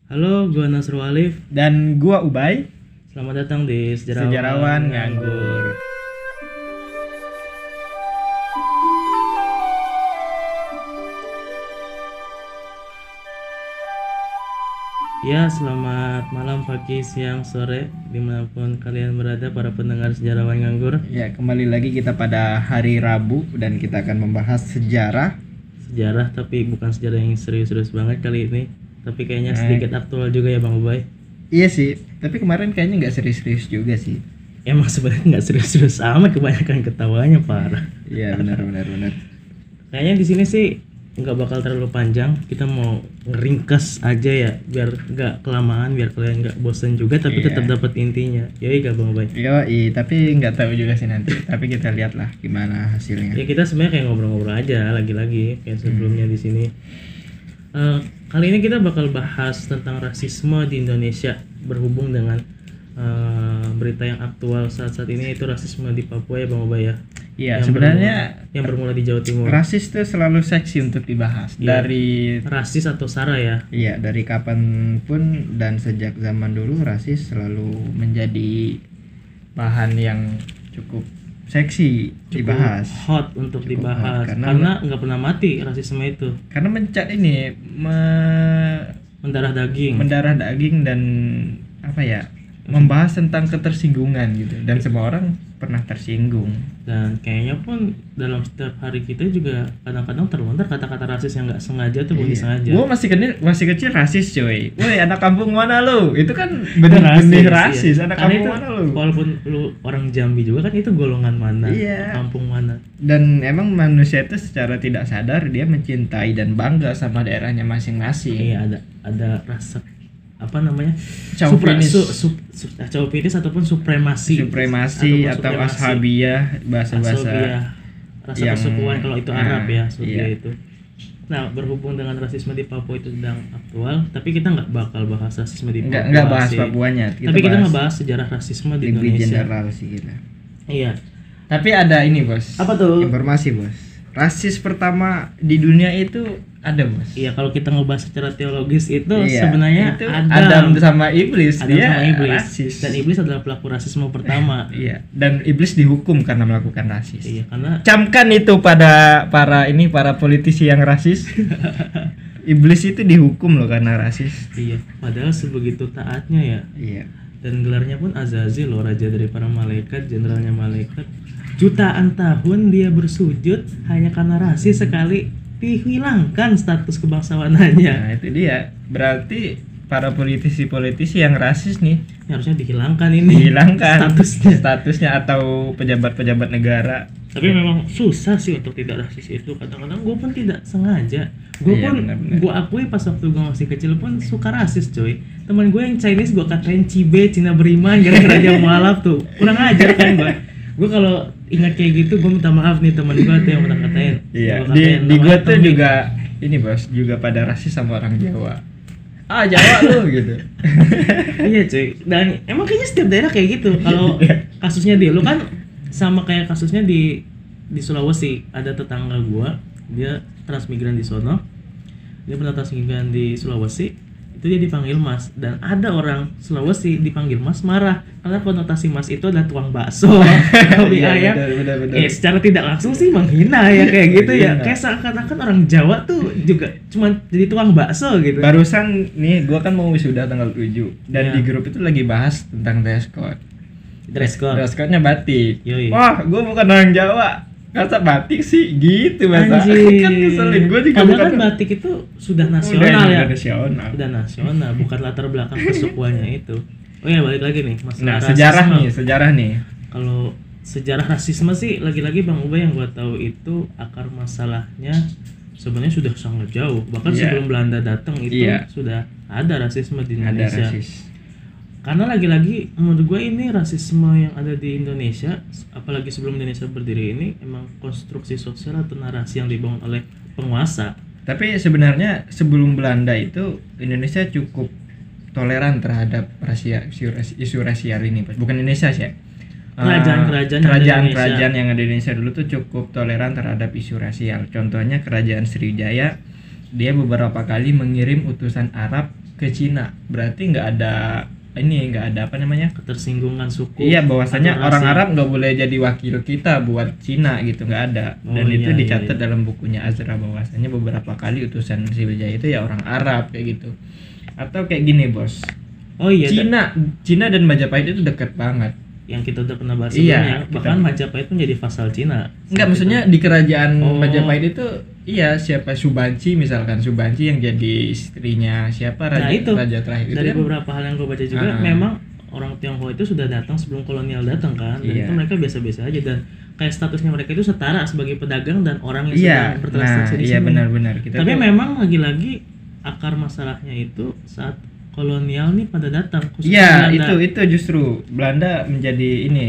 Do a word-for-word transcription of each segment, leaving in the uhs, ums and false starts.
Halo, gua Nasrul Alif. Dan gua Ubay. Selamat datang di Sejarawan, Sejarawan Nganggur. Ya, selamat malam, pagi, siang, sore, dimanapun kalian berada, para pendengar Sejarawan Nganggur. Ya, kembali lagi kita pada hari Rabu dan kita akan membahas sejarah. Sejarah, tapi bukan sejarah yang serius-serius banget kali ini. Tapi kayaknya sedikit aktual juga ya Bang Ubay. Iya sih, tapi kemarin kayaknya nggak serius-serius juga sih. Emang sebenarnya nggak serius-serius amat, kebanyakan ketawanya parah. Iya benar benar benar. Kayaknya di sini sih nggak bakal terlalu panjang. Kita mau ngeringkas aja ya, biar nggak kelamaan, biar kalian nggak bosan juga, tapi Iya. tetap dapat intinya. Yoi gak Bang Ubay? Iya, tapi nggak tahu juga sih nanti. Tapi kita lihatlah gimana hasilnya. Ya kita sebenarnya kayak ngobrol-ngobrol aja lagi-lagi kayak sebelumnya di sini. Uh, kali ini kita bakal bahas tentang rasisme di Indonesia berhubung dengan uh, berita yang aktual saat-saat ini, itu rasisme di Papua ya Bang Ubay ya. Iya, Yang sebenarnya bermula, yang bermula di Jawa Timur. rasis itu selalu seksi untuk dibahas. Iya. Dari Rasis atau sara ya. Iya, dari kapanpun dan sejak zaman dulu rasis selalu menjadi bahan yang cukup seksi Cukup dibahas. hot untuk Cukup dibahas hot, karena karena nggak pernah mati rasisme itu. Karena mencat ini me- Mendarah daging. mendarah daging dan apa ya? Membahas tentang ketersinggungan gitu, dan semua orang pernah tersinggung. Dan kayaknya pun dalam setiap hari kita juga kadang-kadang terlontar kata-kata rasis yang nggak sengaja tuh bukan sengaja. Gue masih kecil masih kecil rasis coy. Woi, anak kampung mana lu? Itu kan Itu benih-benih iya. rasis. Anak Karena kampung itu, mana lu? walaupun lu orang Jambi juga kan itu golongan mana, Iya. kampung mana. Dan emang manusia itu secara tidak sadar dia mencintai dan bangga sama daerahnya masing-masing. Iya, ada ada rasa apa namanya, Chauvinis. Supra- su, su, su, chauvinis ataupun supremasi Supremasi Ataupun atau supremasi. ashabiyah, bahasa-bahasa Ashabiyah. Rasa yang- persukuan kalau itu Arab ya, nah, seperti iya. itu. Nah, berhubung dengan rasisme di Papua itu sedang aktual, tapi kita nggak bakal bahas rasisme di Papua. Enggak enggak bahas sih. Papuanya. Tapi kita ngebahas sejarah rasisme di lebih Indonesia. general sih kita. Iya. Tapi ada ini, Bos. Apa tuh? Informasi, Bos. Rasis pertama di dunia itu ada, Bos. Iya, kalau kita ngebahas secara teologis itu Iya, sebenarnya itu Adam, Adam sama iblis. Adam dia sama iblis. rasis. Dan iblis adalah pelaku rasisme pertama. Iya, dan iblis dihukum karena melakukan rasis. Iya, karena Camkan itu pada para ini para politisi yang rasis. Iblis itu dihukum loh karena rasis. iya, padahal sebegitu taatnya ya. Iya. Dan gelarnya pun Azazil loh, raja dari para malaikat, jenderalnya malaikat. Jutaan tahun dia bersujud hanya karena rasis sekali dihilangkan status kebangsawaannya. Nah, itu dia. Berarti para politisi-politisi yang rasis nih Ini harusnya dihilangkan ini. dihilangkan statusnya. statusnya atau pejabat-pejabat negara. Tapi memang susah sih untuk tidak rasis itu. Kadang-kadang gue pun tidak sengaja. Gue Iya, pun, benar-benar. gue akui pas waktu gue masih kecil pun suka rasis coy. Teman gue yang Chinese gue katain Cibe, Cina beriman, gara-gara dia mualaf tuh. Kurang ajar kan gue. Gue kalau ingat kayak gitu gue minta maaf nih teman gue tuh yang pernah katain. Iya, Gua di katain, di gua namanya tuh Tommy. juga ini, Bos, juga pada rasis sama orang Jawa. Ah, Jawa lu gitu. Iya cuy. Dan emang kayaknya setiap daerah kayak gitu. Kalau Iya. kasusnya di lu kan sama kayak kasusnya di di Sulawesi. Ada tetangga gua, dia transmigran di sono. Dia pernah transmigran di Sulawesi. Itu dia dipanggil Mas, dan ada orang Sulawesi dipanggil Mas marah karena konotasi Mas itu adalah tukang bakso. Hobi Iya, ayam. benar, benar, benar. Eh, secara tidak langsung sih menghina ya kayak gitu ya. Menghina. Kayak seakan-akan orang Jawa tuh juga cuma jadi tukang bakso gitu. Barusan nih gua kan mau wisuda tanggal tujuh dan Iya. di grup itu lagi bahas tentang dress code. Dress code. Dress code-nya batik. Yoi. Wah, gua bukan orang Jawa. Kata batik sih gitu bahasa. Anjir. Kan keselin gua juga Karena bukan. kan batik itu sudah nasional Udah, ya. udah nasional. Sudah nasional, bukan latar belakang kesukuannya itu. Oh ya, balik lagi nih masalah Nah, rasisme. sejarah nih, sejarah nih. Kalau sejarah rasisme sih lagi-lagi Bang Ubay yang gua tahu itu akar masalahnya sebenarnya sudah sangat jauh. Bahkan Iya. sebelum Belanda datang itu Iya. sudah ada rasisme di Ada Indonesia. rasis. Karena lagi-lagi menurut gue ini rasisme yang ada di Indonesia, apalagi sebelum Indonesia berdiri ini, emang konstruksi sosial atau narasi yang dibangun oleh penguasa. Tapi sebenarnya sebelum Belanda itu Indonesia cukup toleran terhadap rasia, isu, isu rasial ini, Pak. Bukan Indonesia sih ya. Kerajaan-kerajaan yang ada di kerajaan-kerajaan yang ada di Indonesia dulu tuh cukup toleran terhadap isu rasial. Contohnya kerajaan Sriwijaya, dia beberapa kali mengirim utusan Arab ke Cina. Berarti nggak ada ini, nggak ada apa namanya? Ketersinggungan suku. Iya, bahwasanya atau orang ras ya. Arab nggak boleh jadi wakil kita buat Cina gitu, nggak ada. Dan Oh, itu iya, dicatat iya, iya. dalam bukunya Azra bahwasanya beberapa kali utusan Sriwijaya itu ya orang Arab kayak gitu. Atau kayak gini bos, Oh iya, da- Cina, Cina dan Majapahit itu dekat banget. yang kita udah pernah bahas Iya, sebelumnya, kita- bahkan Majapahit itu menjadi vassal Cina. Enggak, Saat maksudnya itu. di kerajaan Oh. Majapahit itu iya siapa Subanci misalkan, Subanci yang jadi istrinya siapa raja Nah, itu raja terakhir itu dari kan. beberapa hal yang gue baca juga, Ah. memang orang Tionghoa itu sudah datang sebelum kolonial datang kan, dan Iya. itu mereka biasa-biasa aja, dan kayak statusnya mereka itu setara sebagai pedagang dan orang yang Iya, sedang bertransaksi nah di iya sini. benar-benar kita Tapi tuh- memang lagi-lagi akar masalahnya itu saat kolonial nih pada datang, khususnya Iya, Belanda. itu itu justru Belanda menjadi ini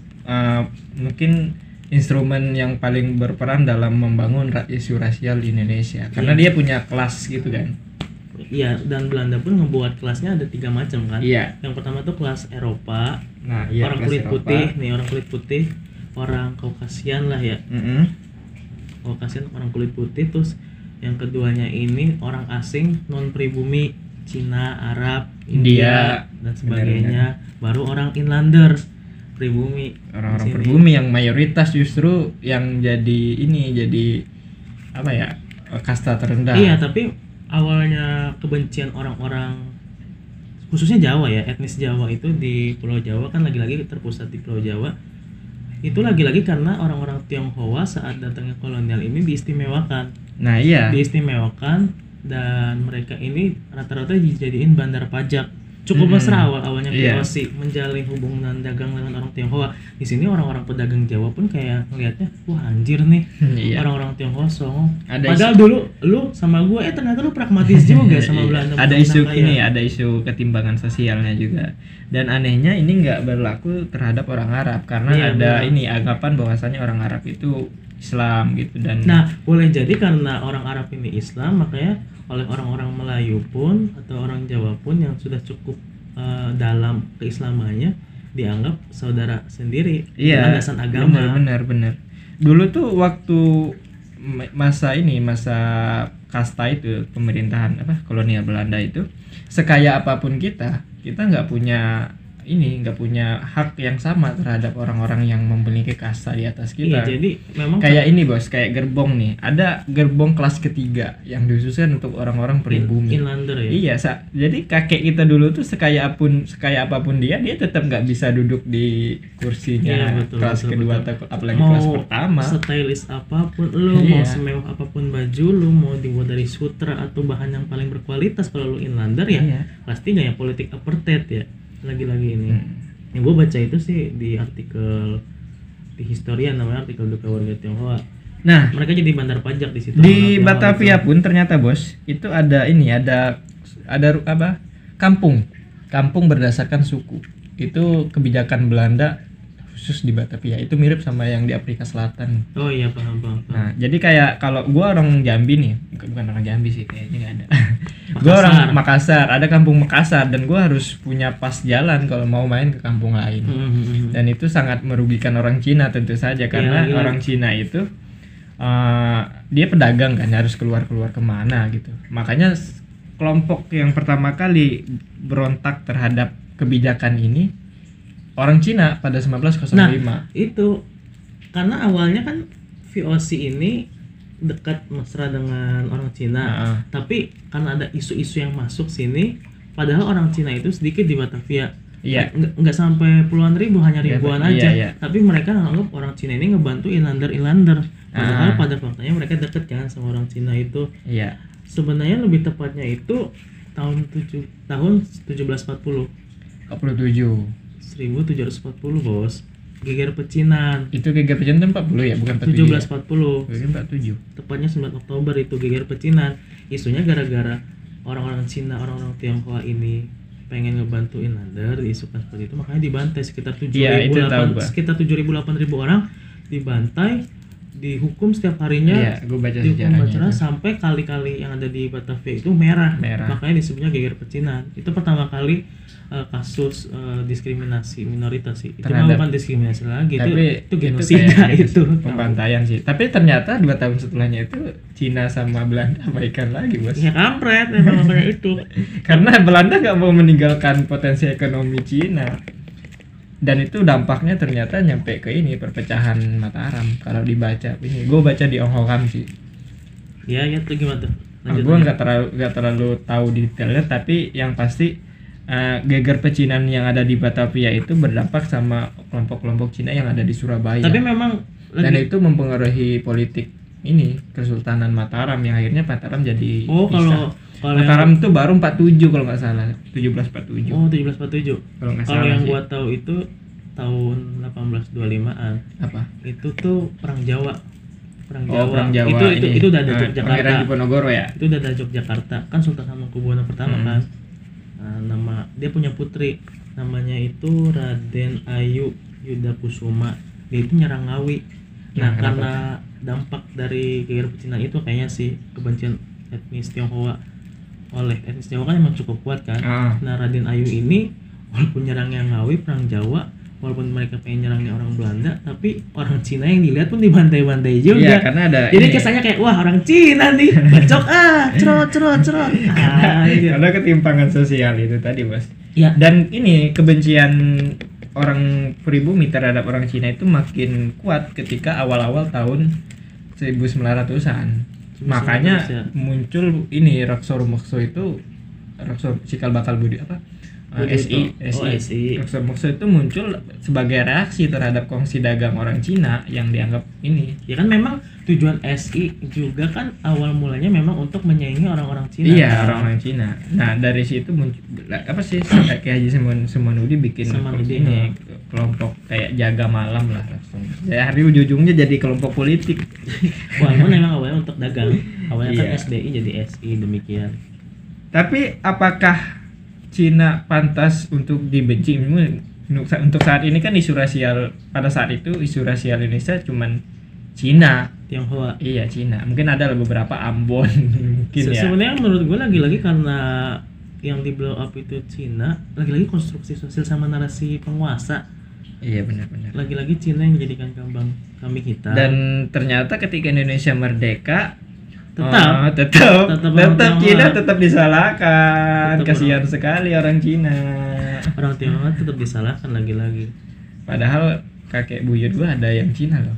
uh, mungkin instrumen yang paling berperan dalam membangun ra- isu rasial di Indonesia karena Iya. dia punya kelas gitu kan. Iya, dan Belanda pun ngebuat kelasnya ada tiga macam kan. Iya. Yang pertama tuh kelas Eropa, Nah, iya orang kelas kulit Eropa. putih, nih orang kulit putih, orang Kaukasian lah ya. Mm-mm. Kaukasian orang kulit putih, terus yang keduanya ini orang asing non pribumi, Cina, Arab, India, India, dan sebagainya. Baru orang inlander, pribumi. Orang-orang Di sini. pribumi yang mayoritas justru yang jadi ini jadi apa ya? Kasta terendah. Iya, tapi awalnya kebencian orang-orang khususnya Jawa ya, etnis Jawa itu di Pulau Jawa kan lagi-lagi terpusat di Pulau Jawa. Itu lagi-lagi karena orang-orang Tionghoa saat datangnya kolonial ini diistimewakan. Nah, iya. Diistimewakan dan mereka ini rata-rata dijadiin bandar pajak. Cukup Hmm, mesra awal-awalnya iya. V O C menjalin hubungan dagang dengan orang Tionghoa. Di sini orang-orang pedagang Jawa pun kayak ngelihatnya, wah anjir nih. Iya. Orang-orang Tionghoa songong. Ada Padahal dulu lu sama gue eh ternyata lu pragmatis juga sama Iya. Belanda. Ada Belanda isu kaya. ini, ada isu ketimbangan sosialnya juga. Dan anehnya ini nggak berlaku terhadap orang Arab karena Iya, ada benar. ini anggapan bahwasannya orang Arab itu Islam gitu dan Nah, boleh jadi karena orang Arab ini Islam, makanya oleh orang-orang Melayu pun atau orang Jawa pun yang sudah cukup eh, dalam keislamannya dianggap saudara sendiri iya, landasan agama. benar benar benar. Dulu tuh waktu m- masa ini masa kasta itu pemerintahan apa kolonial Belanda itu sekaya apapun kita kita nggak punya ini nggak punya hak yang sama terhadap orang-orang yang memiliki kasta di atas kita. Iya, jadi memang Kayak ini bos, kayak gerbong nih. Ada gerbong kelas ketiga yang dikhususkan untuk orang-orang pribumi. inlander ya. Iya, sa- jadi kakek kita dulu tuh sekaya apapun sekaya apapun dia, dia tetap nggak bisa duduk di kursinya Iya, betul, kelas betul, kedua betul. atau apalagi Mau kelas pertama. stylish apapun lu, mau Iya. semewah apapun baju lu, mau dibuat dari sutra atau bahan yang paling berkualitas, kalau lu inlander ya Iya. pasti nggak ya politik apartheid ya lagi-lagi ini. Hmm. Yang gue baca itu sih di artikel di Historian, namanya artikel Duka Warga Tionghoa. Nah, Mereka jadi bandar pajak di situ. di orang Tionghoa Batavia itu. pun ternyata bos, itu ada ini, ada ada ru- apa? Kampung. Kampung berdasarkan suku. Itu kebijakan Belanda khusus di Batavia. Itu mirip sama yang di Afrika Selatan. Oh iya, paham paham. paham. Nah, jadi kayak kalau gua orang Jambi nih, bukan bukan orang Jambi sih, kayaknya nggak ada. Gua Makassar. orang Makassar, ada kampung Makassar dan gua harus punya pas jalan kalau mau main ke kampung lain. Hmm, hmm, hmm. Dan itu sangat merugikan orang Cina tentu saja karena lagi-lagi. orang Cina itu uh, dia pedagang kan harus keluar-keluar kemana gitu. Makanya s- kelompok yang pertama kali berontak terhadap kebijakan ini orang Cina pada seribu sembilan ratus lima. Nah, itu karena awalnya kan V O C ini dekat mesra dengan orang Cina. Heeh. Tapi karena ada isu-isu yang masuk sini, padahal orang Cina itu sedikit di Batavia. Iya. Nggak, nggak sampai puluhan ribu, hanya Iya, ribuan iya, aja. iya. Tapi mereka nganggap orang Cina ini ngebantu inlander-inlander. Padahal Ah. pada faktanya mereka deket kan sama orang Cina itu. Iya. Sebenarnya lebih tepatnya itu tahun tujuh tahun seribu tujuh ratus empat puluh. empat puluh tujuh. seribu tujuh ratus empat puluh, Bos. Geger pecinan. Itu geger pecinan empat puluh ya, bukan empat puluh tujuh. tujuh belas empat puluh. Geger empat puluh tujuh. Tepatnya sembilan Oktober itu geger pecinan. Isunya gara-gara orang-orang Cina, orang-orang Tionghoa ini pengen ngebantu inlander, diisukan seperti itu, makanya dibantai sekitar tujuh Iya, ribu itu tahu delapan gua. sekitar tujuh ribu delapan ribu orang dibantai dihukum setiap harinya. Iya, gue baca Dihukum sejarahnya Batavia itu. sampai kali-kali yang ada di Batavia itu merah. Merah. Makanya disebutnya geger pecinan. Itu pertama kali uh, kasus uh, diskriminasi minoritas sih. Itu mah Terhadap- bukan diskriminasi lagi, itu Tapi itu genosida kayak itu. pembantaian sih. Tapi ternyata dua tahun setelahnya itu Cina sama Belanda baikan lagi, Bos. Ya kampret memang makanya itu. Karena Belanda nggak mau meninggalkan potensi ekonomi Cina. Dan itu dampaknya ternyata nyampe ke ini perpecahan Mataram kalau dibaca ini. Gue baca di Onghokam sih. Ya ya tuh gimana tuh? Lanjut, Gue lanjut. nggak terlalu nggak terlalu tahu detailnya, tapi yang pasti eh, geger pecinan yang ada di Batavia itu berdampak sama kelompok-kelompok Cina yang ada di Surabaya. Tapi memang Dan lagi itu mempengaruhi politik ini Kesultanan Mataram yang akhirnya Mataram jadi oh pisah. kalau kalau yang- Mataram tuh baru empat puluh tujuh kalau nggak salah, tujuh belas empat puluh tujuh. oh tujuh belas empat puluh tujuh. Kalau nggak Kalau salah yang sih. gua tahu itu tahun delapan belas dua puluh limaan. Apa? Itu tuh perang Jawa. Perang Oh, Jawa. Perang Jawa Itu itu ini. itu udah ada Eh, Yogyakarta. Pangeran Diponegoro ya? Itu udah ada Yogyakarta. Kan Sultan Hamengkubuwono pertama Hmm. kan. Nah, nama dia punya putri namanya itu Raden Ayu Yuda Kusuma. Dia itu nyerang Ngawi. Nah, Nah, kenapa karena dampak dari geger pecinan itu kayaknya sih kebencian etnis Tionghoa oleh etnis Tionghoa kan emang cukup kuat kan. Ah. Nah, Raden Ayu ini walaupun nyerangnya Ngawi perang Jawa, walaupun mereka pengen nyerangnya orang Belanda, tapi orang Cina yang dilihat pun dibantai-bantai juga. Iya, karena ada Jadi ini. kesannya kayak wah orang Cina nih, bacok ah, cerot cerot cerot. Ah, gitu. Karena ketimpangan sosial itu tadi, Bos. Ya, Dan ini kebencian orang pribumi terhadap orang Cina itu makin kuat ketika awal-awal tahun seribu sembilan ratusan. Makanya ya. muncul ini Raksa Rumekso itu Raksa Cikal Bakal Budi apa? Uh, Budi S I, itu. Oh, S I. Raksa Rumekso itu muncul sebagai reaksi terhadap kongsi dagang orang Cina yang dianggap ini. Ya kan memang tujuan S I juga kan awal mulanya memang untuk menyaingi orang-orang Cina. Iya, kan? orang-orang Cina. Nah, dari situ muncul apa sih kayak Haji Saman- Samanudi bikin Samanudi, ini ya. kelompok kayak jaga malam lah langsung. Ya, hari ujung-ujungnya jadi kelompok politik. Walaupun memang awalnya untuk dagang, awalnya kan Iya. S D I jadi S I demikian. Tapi apakah Cina pantas untuk dibenci? Untuk sa- untuk saat ini kan isu rasial pada saat itu isu rasial Indonesia cuman Cina. Tionghoa. Iya, Cina. Mungkin ada beberapa Ambon mungkin Se- ya. Sebenarnya menurut gue lagi-lagi karena yang di blow up itu Cina, lagi-lagi konstruksi sosial sama narasi penguasa. Iya, benar-benar. Lagi-lagi Cina yang menjadikan kambang kambing hitam. Dan ternyata ketika Indonesia merdeka Tetap. oh, tetap Tetap tetap, orang Tionghoa. Cina tetap disalahkan. Tetap Kasihan orang- sekali orang Cina. orang Tionghoa tetap disalahkan lagi-lagi. Padahal kakek buyut gua ada yang Cina loh.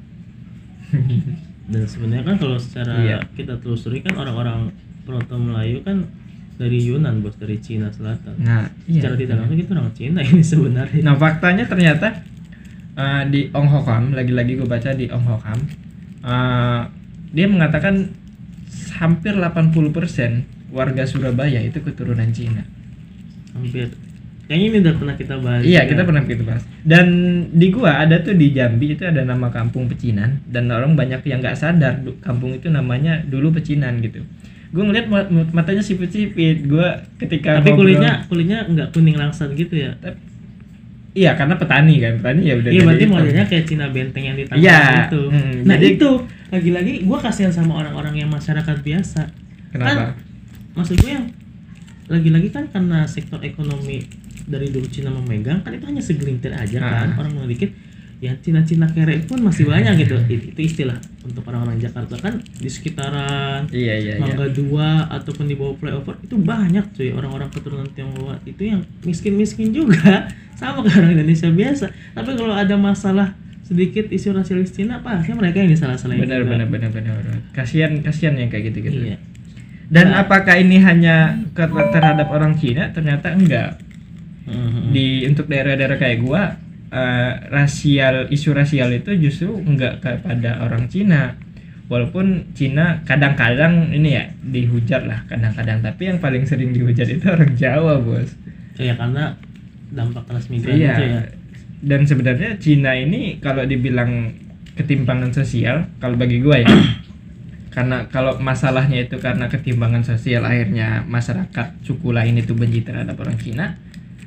Dan sebenarnya kan kalau secara Iya. kita telusuri kan orang-orang Proto Melayu kan dari Yunan, bos, dari Cina Selatan. Nah, iya. Secara tidak langsung itu orang Cina ini sebenarnya. Nah, faktanya ternyata uh, di Onghokam, lagi-lagi gue baca di Onghokam, uh, dia mengatakan hampir delapan puluh persen warga Surabaya itu keturunan Cina. Hampir. Kayaknya ini udah pernah kita bahas. Iya, juga. kita pernah kita bahas. Dan di gua ada tuh di Jambi itu ada nama kampung Pecinan dan orang banyak yang nggak sadar du- kampung itu namanya dulu Pecinan gitu. Gue ngeliat ma- matanya sipit-sipit. Gua ketika Tapi ngobrol- kulitnya kulitnya nggak kuning langsat gitu ya. iya karena petani kan, petani ya udah. Iya, jadi berarti hitam. modelnya kayak Cina Benteng yang di tangan Iya, itu. hmm, Nah, jadi- itu lagi-lagi gua kasihan sama orang-orang yang masyarakat biasa. Kenapa? Kan, maksud gue yang lagi-lagi kan karena sektor ekonomi dari dulu Cina memegang kan itu hanya segelintir aja kan, Ah. orang yang dikit ya Cina-Cina kere pun masih banyak gitu. Itu, itu istilah untuk orang-orang Jakarta kan di sekitaran Iya iya iya. Mangga Dua ataupun di bawah flyover itu banyak cuy orang-orang keturunan Tionghoa itu yang miskin-miskin juga sama kayak orang Indonesia biasa. Tapi kalau ada masalah sedikit isu rasialis Cina pasti mereka yang disalah-salahin. Benar juga. benar benar benar. benar. Kasihan kasihan yang kayak gitu-gitu. Iya. Dan Nah. apakah ini hanya ke- terhadap orang Cina? Ternyata enggak. Mhm. Di untuk daerah-daerah kayak gua eh, rasial isu rasial itu justru enggak kepada orang Cina. Walaupun Cina kadang-kadang ini ya dihujat lah kadang-kadang, tapi yang paling sering dihujat itu orang Jawa, Bos. Ya karena dampak transmigran Iya. itu ya. Dan sebenarnya Cina ini kalau dibilang ketimpangan sosial, kalau bagi gua ya, karena kalau masalahnya itu karena ketimpangan sosial akhirnya masyarakat suku lain itu benci terhadap orang Cina,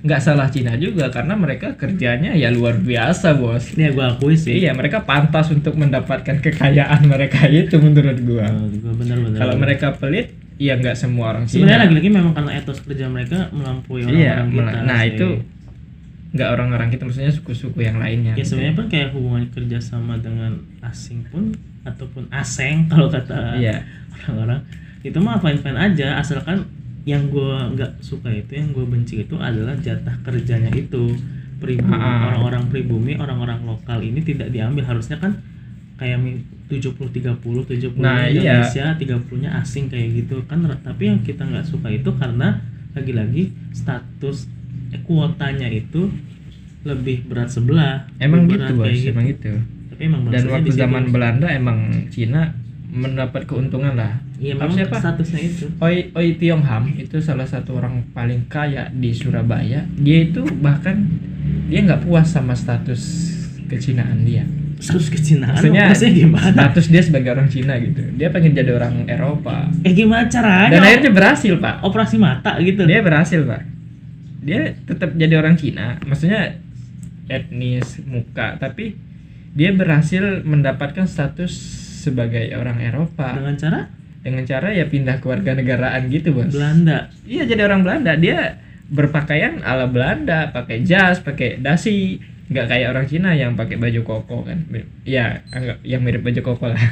nggak salah Cina juga karena mereka kerjanya ya luar biasa bos. Ini ya gue akui sih. Iya mereka pantas untuk mendapatkan kekayaan mereka itu menurut gua. Oh, gua benar-benar. Kalau mereka pelit, ya nggak semua orang Cina. Sebenarnya lagi-lagi memang karena etos kerja mereka melampaui Iya, orang-orang kita. nah sih. itu nggak orang-orang kita, maksudnya suku-suku yang lainnya. Ya sebenarnya pun kayak hubungan kerja sama dengan asing pun ataupun aseng kalau kata Iya. orang-orang itu mah fine-fine aja, asalkan yang gue nggak suka itu, yang gue benci itu adalah jatah kerjanya itu pribumi, Ah. orang-orang pribumi, orang-orang lokal ini tidak diambil. Harusnya kan kayak tujuh puluh tiga puluh, tujuh puluh Nah, Indonesia, tiga puluh-nya asing kayak gitu kan. Tapi yang kita nggak suka itu karena lagi-lagi status eh, kuotanya itu lebih berat sebelah. Emang lebih gitu berat bos, kayak emang gitu. Tapi emang Dan bahasanya waktu di situ. zaman Belanda emang Cina mendapat keuntungan lah. Iya Apa memang siapa? statusnya itu. Oi Oi Tiong Ham itu salah satu orang paling kaya di Surabaya. Dia itu bahkan dia nggak puas sama status kecinaan dia. Status kecinaan Maksudnya, maksudnya gimana? status dia sebagai orang Cina gitu. Dia pengen jadi orang Eropa. Eh gimana caranya? Dan akhirnya berhasil pak. Operasi mata gitu. Dia berhasil pak. Dia tetap jadi orang Cina. Maksudnya etnis muka, tapi dia berhasil mendapatkan status sebagai orang Eropa Dengan cara dengan cara ya pindah kewarganegaraan gitu bos. Belanda. Iya jadi orang Belanda. Dia berpakaian ala Belanda, pakai jas, pakai dasi, nggak kayak orang Cina yang pakai baju koko kan. Iya, anggap yang mirip baju koko lah.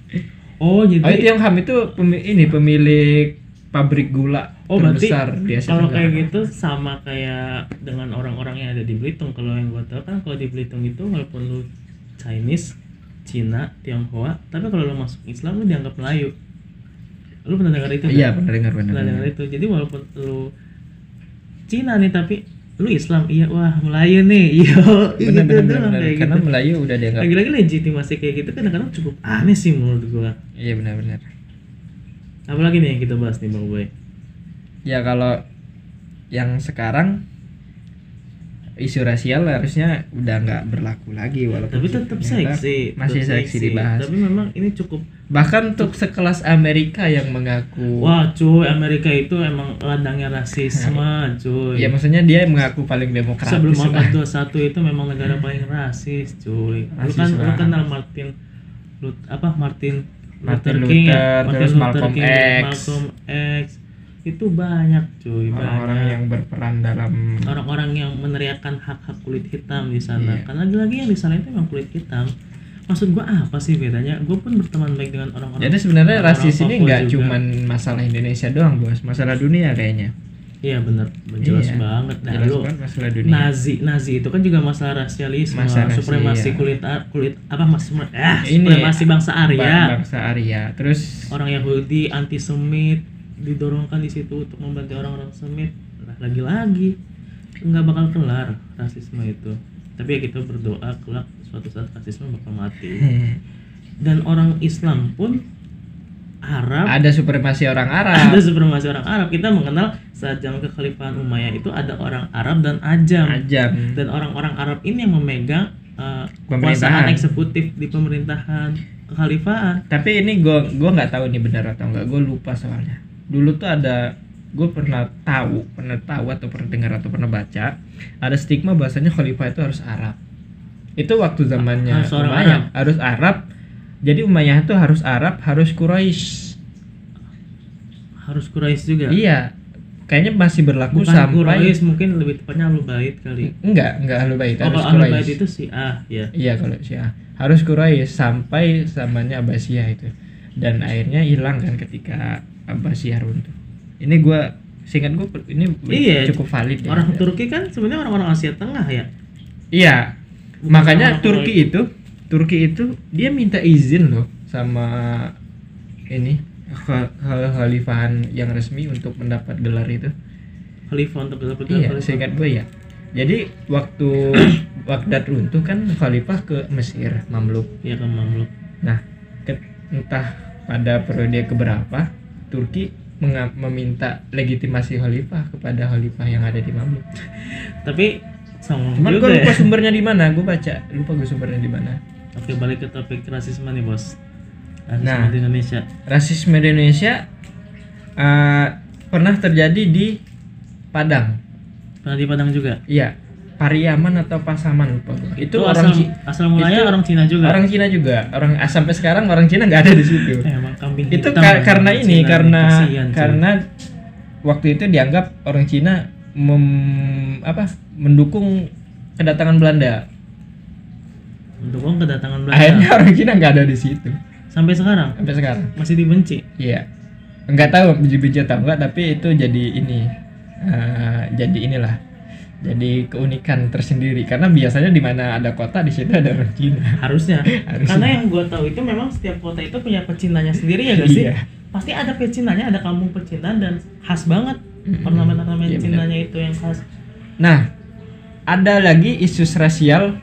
Oh jadi Oh, Tiong Ham itu pemi- ini pemilik pabrik gula Oh berarti terbesar di Asia kalau Tenggara. kayak gitu sama kayak dengan orang-orang yang ada di Belitung. Kalau yang gua tahu kan kalau di Belitung itu walaupun lu Chinese, Cina, Tionghoa, tapi kalau lu masuk Islam lu dianggap Melayu. Lu pernah dengar itu? Iya, kan? pernah dengar pernah Pernah dengar dengar. itu. Jadi walaupun lu Cina nih tapi lu Islam, iya wah Melayu nih. Iya, Benar gitu benar doang, benar. kayak Karena gitu. Melayu udah dianggap. Lagi-lagi legitimasi kayak gitu kadang-kadang cukup aneh sih menurut gua. Iya benar benar. Apalagi nih yang kita bahas nih Bang Boy. Ya kalau yang sekarang isu rasial harusnya udah nggak berlaku lagi walaupun Tapi tetap ternyata seksi, masih tetap seksi dibahas. Tapi memang ini cukup. Bahkan untuk sekelas Amerika yang mengaku Wah cuy, Amerika itu emang ladangnya rasisme cuy. ya maksudnya dia mengaku paling demokratis Sebelum lah. abad dua puluh satu itu memang negara paling rasis cuy. Lu Rasis kan lu banget. kenal Martin Lut apa Martin Martin Luther King ya? Luther, Martin terus Luther Malcolm King, X. Malcolm X. Itu banyak cuy, Orang-orang banyak. yang berperan dalam Orang-orang yang meneriakan hak-hak kulit hitam di sana. Iya. Karena lagi-lagi yang di sana itu memang kulit hitam. Maksud gua apa sih bedanya? Gue pun berteman baik dengan orang-orang. jadi sebenarnya orang-orang rasis ini Papua nggak juga. cuman masalah Indonesia doang bos, masalah dunia kayaknya. Iya benar, jelas Iya, banget. Nah, jelas lu banget masalah dunia. Nazi, Nazi itu kan juga masalah rasialisme, Masalah rasi, supremasi iya. kulit Ar- kulit apa mas ah, Ini, supremasi bangsa Arya. Ba- bangsa Arya. Terus Orang Yahudi anti Semit didorongkan di situ untuk membantu orang-orang Semit. Nah, lagi-lagi nggak bakal kelar rasisme itu. Tapi ya kita berdoa kelak suatu saat rasisme bakal mati. Dan orang Islam pun Arab ada supremasi orang Arab. ada supremasi orang Arab. Kita mengenal saat zaman kekhalifahan Umayyah itu ada orang Arab dan Ajam. Ajam. Dan orang-orang Arab ini yang memegang uh, Pemerintahan. kekuasaan eksekutif di pemerintahan kekhalifahan. Tapi ini gue gua nggak tahu ini benar atau enggak. Gue lupa soalnya. Dulu tuh ada gue pernah tahu, pernah tahu atau pernah dengar atau pernah baca ada stigma bahasanya khalifah itu harus Arab. Itu waktu zamannya Harus orang Umayyah, harus Arab. Jadi Umayyah itu harus Arab, harus Quraisy. Harus Quraisy juga. Iya. Kayaknya masih berlaku Bukan sampai Quraisy, mungkin lebih tepatnya Ahlul Bait kali. enggak, enggak Ahlul Bait, Oh, harus kalau Ahlul Bait Quraisy. itu sih ah ya. Iya kalau Syiah harus Quraisy sampai zamannya Abbasiyah itu, dan akhirnya hilang kan ketika Abbasiyah runtuh. Ini gua singkat gua ini Iya, cukup valid ya. Orang Turki kan sebenarnya orang-orang Asia Tengah ya. Iya. Bukan Makanya orang Turki itu Turki itu dia minta izin loh sama ini kh- kh- khalifahan yang resmi untuk mendapat gelar itu. Khalifah untuk dapat Iya, khalifah. seingat gue ya. Jadi waktu Baghdad runtuh kan khalifah ke Mesir, Mamluk. Iya kan Mamluk. Nah, ke- entah pada periode keberapa Turki menga- meminta legitimasi khalifah kepada khalifah yang ada di Mamluk. Tapi sama Cuman juga gue ya. lupa sumbernya di mana, gue baca, lupa gue sumbernya di mana. Oke, balik ke topik rasisme nih, Bos. Rasisme Nah. di Indonesia. Rasisme di Indonesia uh, pernah terjadi di Padang. Pernah di Padang juga. Iya, Pariaman atau Pasaman lupa gua. Itu Oh, orang asal, Ci- asal mulanya itu orang Cina juga. Orang Cina juga. Orang ah, sampai sekarang orang Cina nggak ada di situ. Eh, emang kambing Itu hitam ka- ya, karena orang ini Cina karena nih. Kasihan, cuy. karena waktu itu dianggap orang Cina mem, apa mendukung kedatangan Belanda. mendukung kedatangan Belanda. Akhirnya orang Cina nggak ada di situ Sampai sekarang sampai sekarang. masih dibenci. Iya. Nggak tahu biji-biji atau enggak, tapi itu jadi ini eh, jadi inilah. Jadi keunikan tersendiri karena biasanya di mana ada kota di situ ada orang Cina. Harusnya. Harusnya. Karena yang gue tahu itu memang setiap kota itu punya pecinanya sendiri ya gak sih? Iya. Pasti ada pecinanya, ada kampung pecinan dan khas banget. Mm-mm. Ornamen-ornamen Iya, benar. Cinanya itu yang khas. Nah, ada lagi isu rasial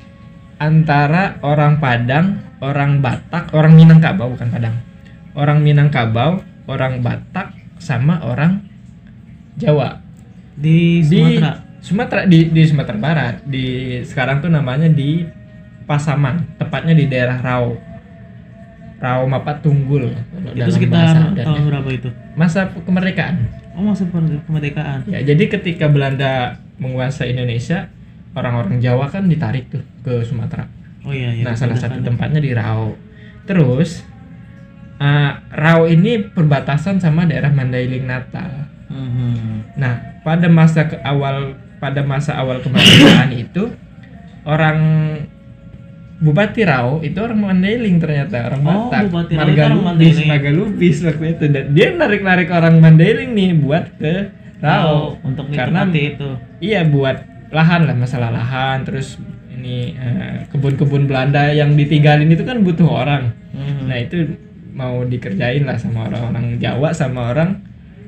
antara orang Padang, orang Batak, orang Minangkabau bukan Padang. Orang Minangkabau, orang Batak sama orang Jawa. Di Sumatera. Di Sumatera di di Sumatera Barat. Di sekarang tuh namanya di Pasaman, tepatnya di daerah Rau. Rau Mapat Tunggul. kalau Itu dalam sekitar bahasa adatnya. tahun berapa itu? Masa kemerdekaan. Oh, masa kemerdekaan. Ya, jadi ketika Belanda menguasai Indonesia, orang-orang Jawa kan ditarik tuh ke Sumatera. Oh iya iya. Nah, salah satu kemerdekaan. tempatnya di Rau. Terus uh, Rau ini perbatasan sama daerah Mandailing Natal. Mhm. Nah, pada masa ke awal pada masa awal kemerdekaan itu orang Bupati Rau itu orang Mandailing ternyata, orang Oh, Batak. Bupati Rau itu Marga orang Lubis, Mandailing. Marga Lubis waktu itu. Dan dia narik-narik orang Mandailing nih buat ke Rau. Oh, untuk Karena ditempati itu. iya buat lahan lah, masalah lahan. Terus ini eh, kebun-kebun Belanda yang ditinggalin itu kan butuh orang. Mhm. Nah, itu mau dikerjain lah sama orang-orang Jawa sama orang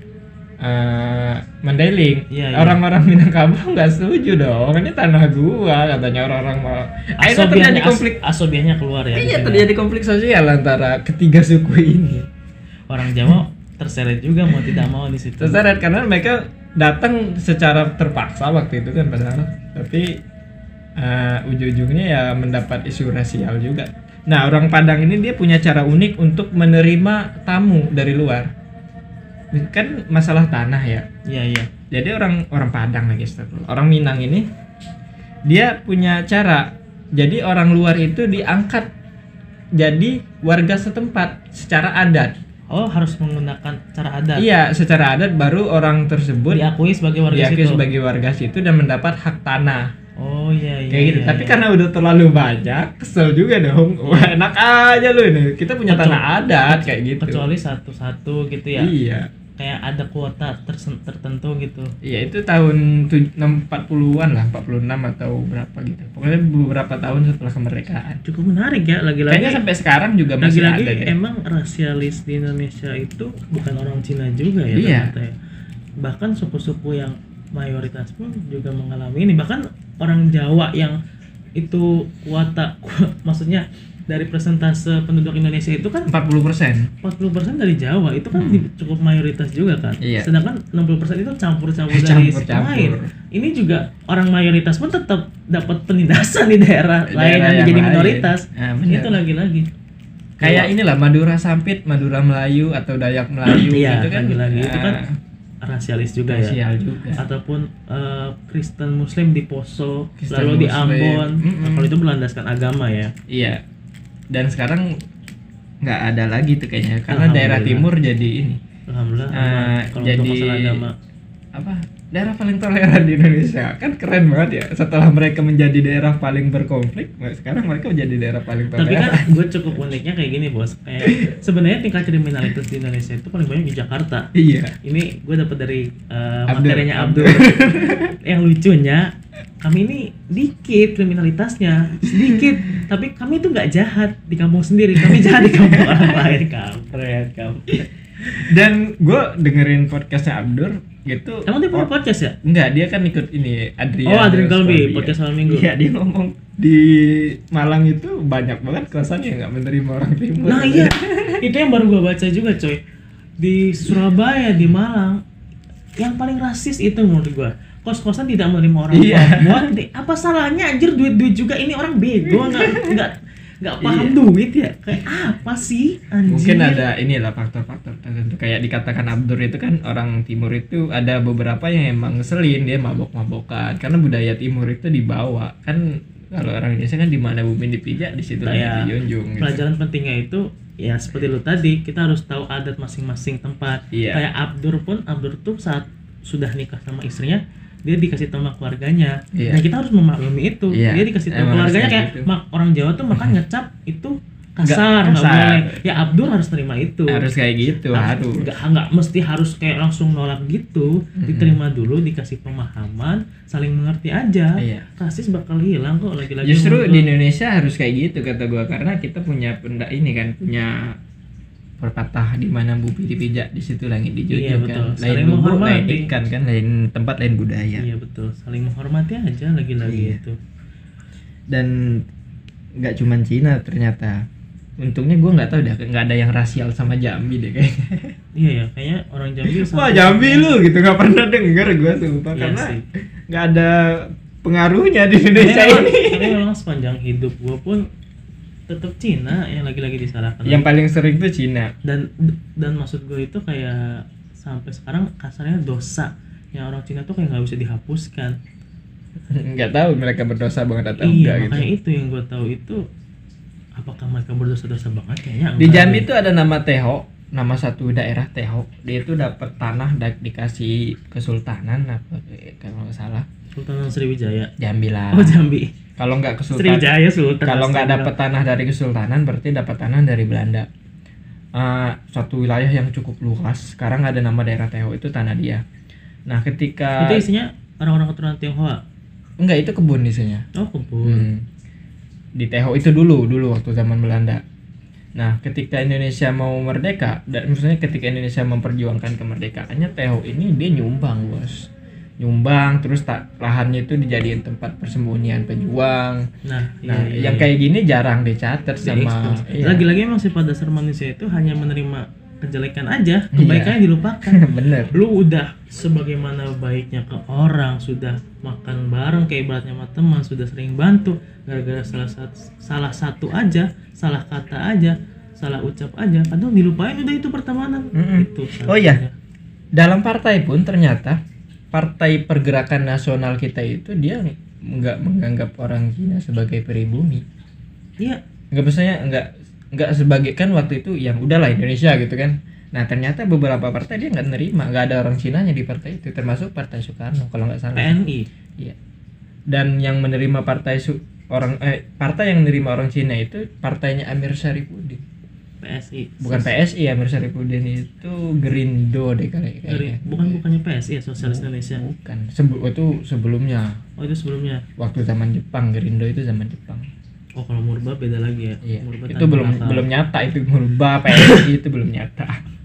eh, Mandailing. Iya, iya. Orang-orang Minangkabau nggak setuju dong. Ini tanah gua katanya orang-orang mau. Akhirnya terjadi Asobianya, konflik. as- asobianya keluar ya. di Iya, sini. terjadi konflik sosial antara ketiga suku ini. Orang Jawa terseret juga mau tidak mau di situ. Terseret karena mereka datang secara terpaksa waktu itu kan padahal. Tapi eh, ujung-ujungnya ya mendapat isu rasial juga. Nah, orang Padang ini dia punya cara unik untuk menerima tamu dari luar. Kan masalah tanah ya. Iya iya. Jadi orang orang Padang lagi astagfirullah. Orang Minang ini dia punya cara. Jadi orang luar itu diangkat jadi warga setempat secara adat. Oh, harus menggunakan cara adat. Iya, secara adat baru orang tersebut Diakui sebagai warga diakui situ. sebagai warga situ dan mendapat hak tanah. Oh iya iya. Kayak gitu. iya, Tapi iya. karena udah terlalu banyak, kesel juga dong. Wah, enak aja lu ini. Kita punya Kecuali- tanah adat kayak gitu. kecuali satu-satu gitu ya. Iya. Kayak ada kuota tersen- tertentu gitu. Iya, itu tahun tuj- enam- empat puluhan lah, empat puluh enam atau berapa gitu. Pokoknya beberapa tahun setelah kemerdekaan. Cukup menarik ya, lagi-lagi. Kayaknya sampai sekarang juga masih lagi-lagi ada deh. emang rasialis di Indonesia itu bukan orang Cina juga ya Iya. ternyata ya. Bahkan suku-suku yang mayoritas pun juga mengalami ini. Bahkan orang Jawa yang itu kuota ku- maksudnya dari persentase penduduk Indonesia itu kan empat puluh persen. empat puluh persen dari Jawa itu kan di- cukup mayoritas juga kan. Iya. Sedangkan enam puluh persen itu campur-campur dari Campur-campur. lain. Ini juga orang mayoritas pun tetap dapat penindasan di daerah, Daerah lain yang yang menjadi lain. minoritas. Ah, benar. Itu lagi-lagi. Kayak inilah Madura Sampit, Madura Melayu atau Dayak Melayu Iya, gitu kan. lagi-lagi itu kan ah, rasialis juga ya. rasial juga. Ataupun eh, Kristen Muslim di Poso, Kristen lalu di Muslim. Ambon. Mm-mm. Nah, kalau itu berlandaskan agama ya. Iya. Dan sekarang nggak ada lagi tuh kayaknya karena daerah Alhamdulillah. timur jadi ini Alhamdulillah. Eh, aman. Kalau jadi untuk masalah agama. apa daerah paling toleran di Indonesia kan keren banget ya setelah mereka menjadi daerah paling berkonflik sekarang mereka menjadi daerah paling Tapi toleran. kan gue cukup uniknya kayak gini bos. Kayak sebenarnya tingkat kriminalitas di Indonesia itu paling banyak di Jakarta. Iya. Ini gue dapat dari eh, Abdur. materinya Abdur. Yang lucunya kami ini dikit kriminalitasnya, sedikit. Tapi kami itu nggak jahat di kampung sendiri, kami jahat di kampung orang lain. Kampret, kampret. Dan gue dengerin podcastnya Abdur gitu. Emang dia punya oh, podcast ya? enggak, dia kan ikut ini Adrian. Oh, Adrian Kalbi, Kalbi, podcast ya. malam minggu. Iya, dia ngomong di Malang itu banyak banget kosan yang nggak menerima orang timur. Nah iya, itu yang baru gue baca juga coy. Di Surabaya, di Malang, yang paling rasis itu menurut gue. Kos-kosan tidak menerima orang Iya. Papua. Di- Apa salahnya anjir duit-duit juga ini orang bego nggak nggak nggak paham Iya. duit ya, kayak apa sih anjir. Mungkin ada inilah faktor-faktor tertentu, kayak dikatakan Abdur itu kan orang timur itu ada beberapa yang emang ngeselin, dia mabok-mabokan karena budaya timur itu dibawa kan. Kalau orang Indonesia kan di mana bumi dipijak di situ Kayak dijunjung gitu. pelajaran pentingnya itu ya seperti lu tadi, kita harus tahu adat masing-masing tempat. Iya. Kayak Abdur pun, Abdur tuh saat sudah nikah sama istrinya dia dikasih tahu sama keluarganya. Iya. Nah kita harus memaklumi itu. Iya. Dia dikasih tahu Emang keluarganya harus kayak kayak gitu. mak orang Jawa tuh makan ngecap itu Nggak kasar, nggak kasar. boleh. Ya Abdur harus terima itu. Harus kayak gitu, harus. Nggak nggak mesti harus kayak langsung nolak gitu. Diterima dulu, dikasih pemahaman, saling mengerti aja. Iya. Rasis bakal hilang kok lagi-lagi. Justru ngobrol. di Indonesia harus kayak gitu kata gua, karena kita punya penda ini kan, punya pepatah di mana bumi dipijak di situ langit Iya, dijunjung betul. kan. Lain Saling bubuk, lain menghormati. ikan kan, lain tempat, lain budaya. Iya betul, saling menghormati aja lagi-lagi Iya. itu. Dan nggak cuman Cina ternyata. Untungnya gua nggak tahu dah, nggak ada yang rasial sama Jambi deh kayaknya. Iya ya, kayaknya orang Jambi Wah sampai- Jambi lu gitu, nggak pernah denger gua sumpah, Iya karena sih. nggak ada pengaruhnya di Indonesia Tapi memang- ini. Tapi memang sepanjang hidup gua pun tetap Cina yang lagi-lagi disalahkan. Yang paling sering tuh Cina. dan dan maksud gue itu kayak sampai sekarang kasarnya dosa yang orang Cina tuh kayak nggak bisa dihapuskan. Nggak tahu mereka berdosa banget atau Iya enggak makanya gitu. itu yang gue tahu itu, apakah mereka berdosa-dosa banget kayaknya Di enggak Jambi deh. itu ada nama Teho, nama satu daerah Teho. Dia itu dapat tanah da- dikasih kesultanan apa eh, kalau nggak salah. Sultan Sriwijaya. Jambi lah. Oh Jambi. Kalau nggak kesultanan, Sriwijaya Sultan. kalau nggak Astaga. dapat tanah dari kesultanan berarti dapat tanah dari Belanda. Eh, suatu wilayah yang cukup luas. Sekarang ada nama daerah Teho, itu tanah dia. Nah ketika Itu isinya orang-orang keturunan Tionghoa. enggak, itu kebun isinya. Oh kebun. Hmm. Di Teho itu dulu dulu waktu zaman Belanda. Nah, ketika Indonesia mau merdeka, dan maksudnya ketika Indonesia memperjuangkan kemerdekaannya, Teho ini dia nyumbang, Bos. Nyumbang terus tak lahannya itu dijadiin tempat persembunyian pejuang. Nah, Nah, iya, iya, yang iya. kayak gini jarang dicatat sama Di-expose. iya. Lagi-lagi emang sifat dasar manusia itu hanya menerima kejelekan aja, Iya. kebaikannya dilupakan. Bener. Lu udah sebagaimana baiknya ke orang, sudah makan bareng kayak ibaratnya sama teman, sudah sering bantu, gara-gara salah satu salah satu aja, salah kata aja, salah ucap aja, kadang dilupain udah itu pertemanan. Mm-mm. Itu Oh iya. salahnya. Dalam partai pun ternyata Partai Pergerakan Nasional kita itu dia nggak menganggap orang Cina sebagai pribumi. Iya, Nggak, maksudnya nggak nggak sebagai, kan waktu itu yang udahlah Indonesia gitu kan. Nah ternyata beberapa partai dia nggak nerima, nggak ada orang Cinanya di partai itu, termasuk Partai Soekarno kalau nggak P salah. N I. Iya. Dan yang menerima partai su- orang eh, partai yang menerima orang Cina itu partainya Amir Syarifuddin. P S I. Bukan P S I, Amir Syarifuddin itu Gerindo deh kali Dari- kayaknya. bukan bukannya P S I ya, Sosialis Indonesia. Bukan. Sebe- itu sebelumnya, Oh itu sebelumnya. waktu zaman Jepang. Gerindo itu zaman Jepang. Oh kalau Murba beda lagi ya. Iya. Murba Itu tanpa belum akal. belum nyata, itu merubah P S I itu belum nyata.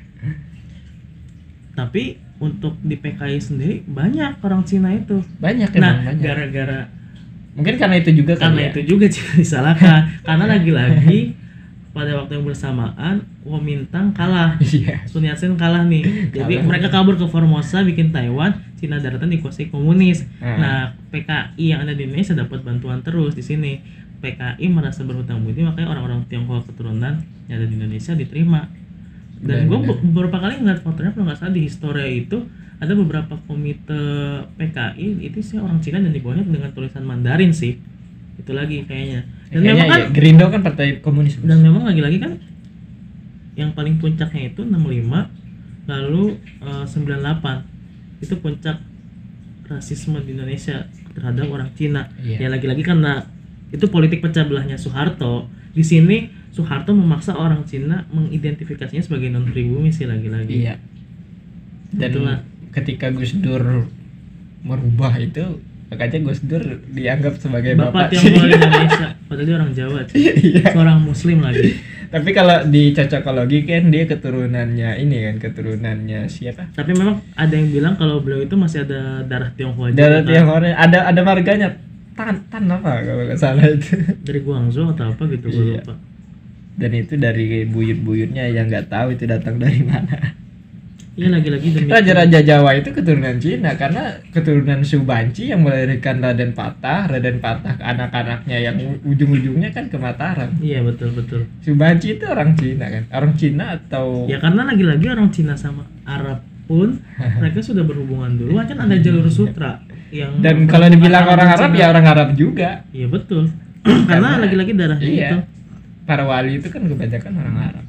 Tapi untuk di P K I sendiri banyak orang Cina itu. Banyak Nah, emang banyak. gara-gara Mungkin karena itu juga kan karena ya. itu juga Cina disalahkan. Karena lagi-lagi pada waktu yang bersamaan Kuomintang kalah. Iya. Sun Yat-sen kalah nih. Jadi Kalah. mereka kabur ke Formosa bikin Taiwan, Cina daratan dikuasai komunis. Hmm. Nah, P K I yang ada di Indonesia dapat bantuan terus di sini. P K I merasa berhutang budi, makanya orang-orang Tionghoa keturunan yang ada di Indonesia diterima. Dan gue Benar. beberapa kali ngeliat fotonya kalau nggak salah di Historia itu ada beberapa komite P K I itu sih orang Cina dan di bawahnya dengan tulisan Mandarin sih. Itu lagi kayaknya. Dan Kayaknya memang kan ya, Gerindo kan partai komunis. dan memang lagi-lagi kan yang paling puncaknya itu enam puluh lima lalu eh, sembilan puluh delapan itu puncak rasisme di Indonesia terhadap orang Cina. Iya. Ya lagi-lagi karena itu politik pecah belahnya Soeharto. Di sini Soeharto memaksa orang Cina mengidentifikasinya sebagai non pribumi sih lagi-lagi. Iya. Dan Itulah. ketika Gus Dur merubah itu, makanya Gus Dur dianggap sebagai Bapak bapak, Tionghoa Indonesia, padahal dia orang Jawa, cuy. Iya. Seorang Muslim lagi. Tapi kalau di cocokologi kan dia keturunannya ini kan, keturunannya siapa? Tapi memang ada yang bilang kalau beliau itu masih ada darah Tionghoa juga, Darah kan? Tionghoa, ada ada marganya. Tan Tan apa kalau nggak salah itu. Dari Guangzhou atau apa gitu, gue Iya. lupa. Dan itu dari buyut-buyutnya yang nggak tahu itu datang dari mana. Iya lagi-lagi demi Raja-raja Jawa itu keturunan Cina karena keturunan Subanci yang melahirkan Raden Patah, Raden Patah ke anak-anaknya yang u- ujung-ujungnya kan ke Mataram. Iya betul betul. Subanci itu orang Cina kan, orang Cina atau Ya karena lagi-lagi orang Cina sama Arab pun mereka sudah berhubungan dulu kan ada jalur sutra yang dan kalau dibilang Arab orang dan Arab Cina. ya orang Arab juga. Iya betul. Karena Karena- lagi-lagi darahnya Iya. itu. Para wali itu kan kebanyakan orang Arab.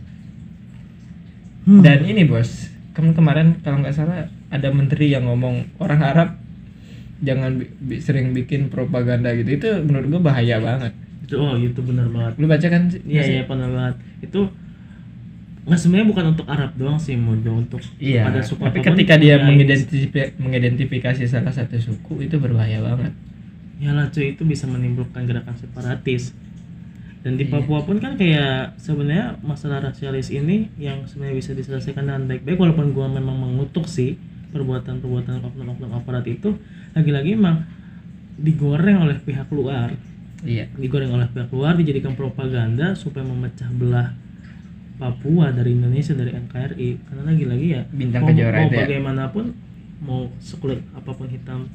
Hmm. Dan ini bos, kan kemarin kalau nggak salah ada menteri yang ngomong orang Arab jangan bi- bi- sering bikin propaganda gitu. Itu menurut gua bahaya banget. Itu oh itu benar banget. Lu baca kan? Iya iya benar banget. Itu nggak sebenarnya bukan untuk Arab doang sih, mau untuk Iya. pada suku Tapi apapun ketika dia punya mengidentifikasi, mengidentifikasi salah satu suku itu berbahaya banget. ya lah cuy, itu bisa menimbulkan gerakan separatis. Dan di Iya. Papua pun kan kayak sebenarnya masalah rasialis ini yang sebenarnya bisa diselesaikan dengan baik-baik, walaupun gua memang mengutuk sih perbuatan-perbuatan oknum-oknum aparat itu, lagi-lagi emang digoreng oleh pihak luar. Iya. Digoreng oleh pihak luar, dijadikan propaganda supaya memecah belah Papua dari Indonesia, dari N K R I. Karena lagi-lagi ya Bintang mau, Kejora mau itu ya. bagaimanapun, mau sekulit apapun hitam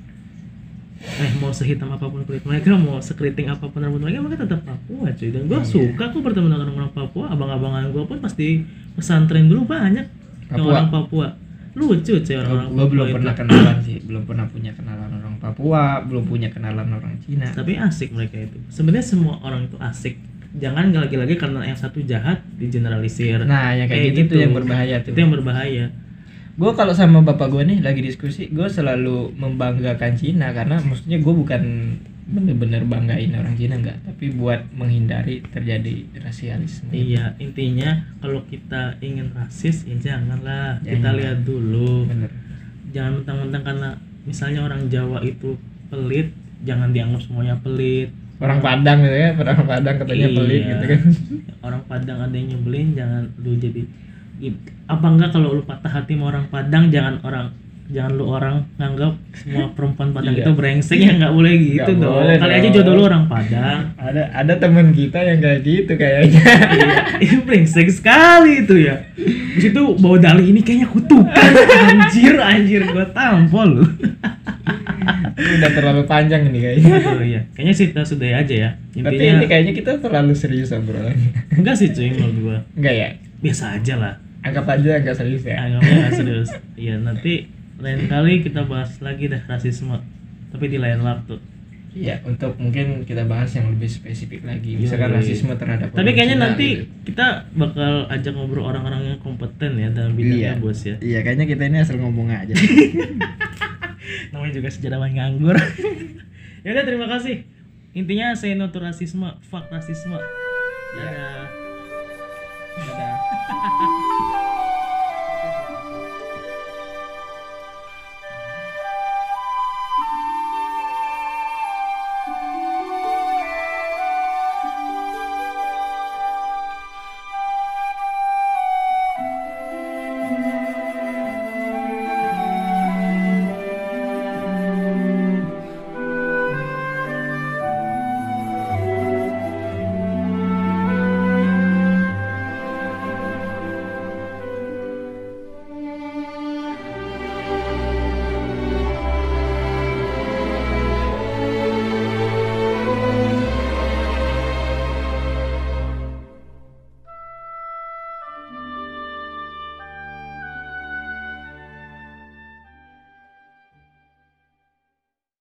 eh mau sehitam apapun kulit mereka, mau sekeriting apapun rambut mereka, mereka tetap Papua cuy. Dan gue Iya. suka kok bertemu dengan orang Papua. Abang-abangan gue pun pasti pesantren dulu banyak yang Papua. orang Papua. Lucu cuy orang-orang Gue Papua belum itu. pernah kenalan sih, belum pernah punya kenalan orang Papua, belum punya kenalan orang Cina. Tapi asik mereka itu. Sebenarnya semua orang itu asik. Jangan lagi-lagi karena yang satu jahat digeneralisir. Nah, yang kayak gitu tuh yang berbahaya tuh. Itu yang berbahaya. Gue kalau sama bapak gue nih lagi diskusi, gue selalu membanggakan Cina karena maksudnya gue bukan bener-bener banggain orang Cina enggak, tapi buat menghindari terjadi rasialisme. Iya, intinya kalau kita ingin rasis ya janganlah. Kita Jangan. lihat dulu. Bener. Jangan mentang-mentang karena misalnya orang Jawa itu pelit, jangan dianggap semuanya pelit. Orang Padang gitu ya, orang Padang katanya Iya. pelit gitu kan. Orang Padang ada yang nyebelin, jangan lu jadi i- apa enggak kalau lu patah hati sama orang Padang, jangan orang jangan lu orang nganggap semua perempuan Padang Iya. itu brengsek, ya nggak boleh gitu Nggak dong. boleh Kali aja dong. jodoh lu orang Padang. Ada ada teman kita yang kayak gitu kayaknya. Iya, itu brengsek sekali itu ya. Terus itu bawa dalih ini kayaknya kutukan. Anjir, anjir gua tampol lu. Udah terlalu panjang ini kayaknya. Oh iya, kayaknya sih kita sudahi aja ya. Tapi Intinya ini kayaknya kita terlalu serius obrolannya. enggak sih cuy menurut gua. Enggak ya? Biasa aja lah. Anggap aja enggak serius ya. Anggapnya nggak serius. Iya, nanti lain kali kita bahas lagi dah rasisme. Tapi di lain waktu. Iya, untuk mungkin kita bahas yang lebih spesifik lagi. Misalkan Yoi. rasisme terhadap Tapi orang kayaknya Cina nanti gitu. kita bakal ajak ngobrol orang-orang yang kompeten ya dalam bidangnya, Iya. bos ya. Iya, kayaknya kita ini asal ngomong aja. Namanya juga sejarawan nganggur. Ya udah, terima kasih. Intinya say no to rasisme, fuck rasisme. Dadah. Dadah.